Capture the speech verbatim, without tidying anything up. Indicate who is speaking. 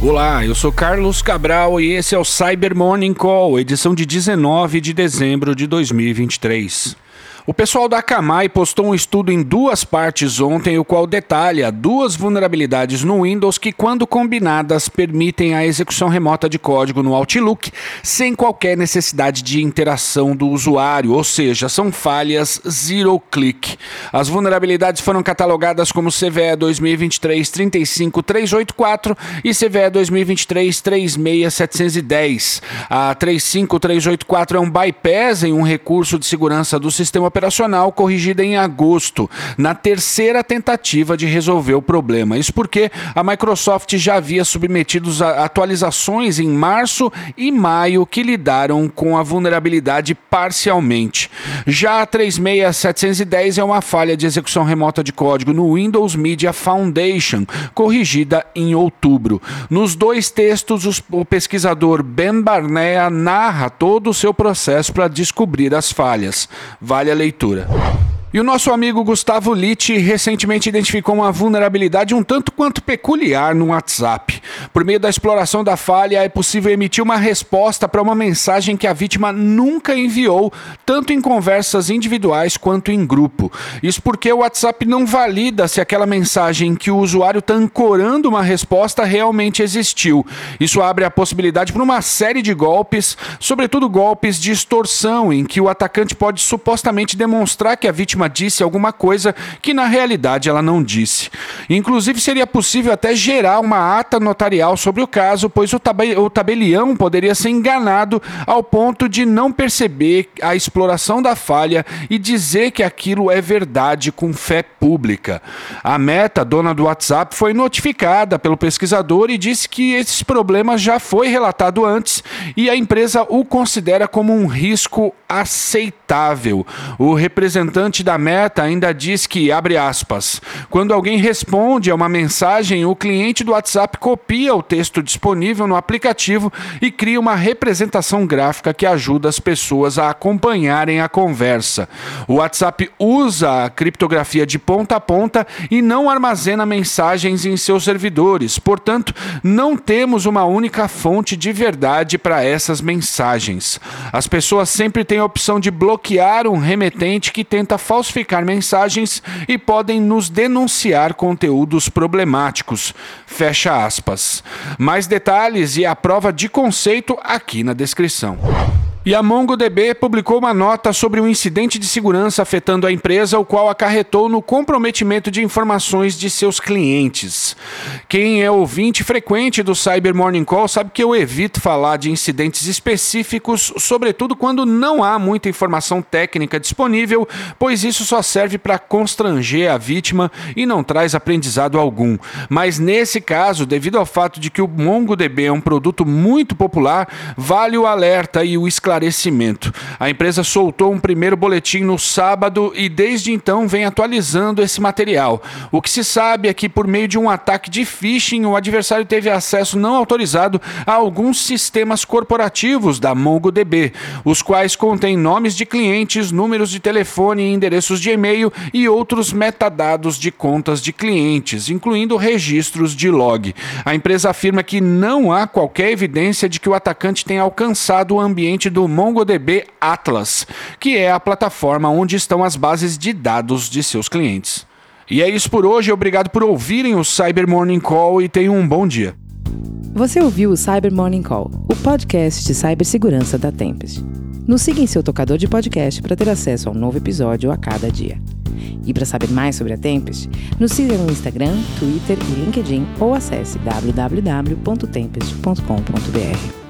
Speaker 1: Olá, eu sou Carlos Cabral e esse é o Cyber Morning Call, edição de dezenove de dezembro de dois mil e vinte e três. O pessoal da Akamai postou um estudo em duas partes ontem, o qual detalha duas vulnerabilidades no Windows que, quando combinadas, permitem a execução remota de código no Outlook sem qualquer necessidade de interação do usuário, ou seja, são falhas zero-click. As vulnerabilidades foram catalogadas como C V E dois mil e vinte e três trinta e cinco trezentos e oitenta e quatro e C V E dois mil e vinte e três trinta e seis setecentos e dez. A trinta e cinco trezentos e oitenta e quatro é um bypass em um recurso de segurança do sistema operacional corrigida em agosto, na terceira tentativa de resolver o problema. Isso porque a Microsoft já havia submetido a atualizações em março e maio que lidaram com a vulnerabilidade parcialmente. Já a trinta e seis setecentos e dez é uma falha de execução remota de código no Windows Media Foundation, corrigida em outubro. Nos dois textos, os, o pesquisador Ben Barnea narra todo o seu processo para descobrir as falhas. Vale a leitura. E o nosso amigo Gustavo Litti recentemente identificou uma vulnerabilidade um tanto quanto peculiar no WhatsApp. Por meio da exploração da falha, é possível emitir uma resposta para uma mensagem que a vítima nunca enviou, tanto em conversas individuais quanto em grupo. Isso porque o WhatsApp não valida se aquela mensagem que o usuário está ancorando uma resposta realmente existiu. Isso abre a possibilidade para uma série de golpes, sobretudo golpes de extorsão, em que o atacante pode supostamente demonstrar que a vítima disse alguma coisa que na realidade ela não disse. Inclusive seria possível até gerar uma ata notarial sobre o caso, pois o, tab- o tabelião poderia ser enganado ao ponto de não perceber a exploração da falha e dizer que aquilo é verdade com fé pública. A Meta, dona do WhatsApp, foi notificada pelo pesquisador e disse que esse problema já foi relatado antes e a empresa o considera como um risco aceitável. O representante da Meta ainda diz que, abre aspas, quando alguém responde a uma mensagem, o cliente do WhatsApp copia o texto disponível no aplicativo e cria uma representação gráfica que ajuda as pessoas a acompanharem a conversa. O WhatsApp usa a criptografia de ponta a ponta e não armazena mensagens em seus servidores. Portanto, não temos uma única fonte de verdade para essas mensagens. As pessoas sempre têm a opção de bloquear um remetente que tenta falsificar mensagens e podem nos denunciar conteúdos problemáticos. Fecha aspas. Mais detalhes e a prova de conceito aqui na descrição. E a MongoDB publicou uma nota sobre um incidente de segurança afetando a empresa, o qual acarretou no comprometimento de informações de seus clientes. Quem é ouvinte frequente do Cyber Morning Call sabe que eu evito falar de incidentes específicos, sobretudo quando não há muita informação técnica disponível, pois isso só serve para constranger a vítima e não traz aprendizado algum. Mas nesse caso, devido ao fato de que o MongoDB é um produto muito popular, vale o alerta e o esclarecimento. Esclarecimento. A empresa soltou um primeiro boletim no sábado e desde então vem atualizando esse material. O que se sabe é que por meio de um ataque de phishing, o adversário teve acesso não autorizado a alguns sistemas corporativos da MongoDB, os quais contêm nomes de clientes, números de telefone, endereços de e-mail e outros metadados de contas de clientes, incluindo registros de log. A empresa afirma que não há qualquer evidência de que o atacante tenha alcançado o ambiente do MongoDB Atlas, que é a plataforma onde estão as bases de dados de seus clientes. E é isso por hoje, obrigado por ouvirem o Cyber Morning Call e tenham um bom dia.
Speaker 2: Você ouviu o Cyber Morning Call, o podcast de cibersegurança da Tempest. Nos siga em seu tocador de podcast para ter acesso a um novo episódio a cada dia. E para saber mais sobre a Tempest, nos siga no Instagram, Twitter e LinkedIn ou acesse w w w ponto tempest ponto com ponto b r.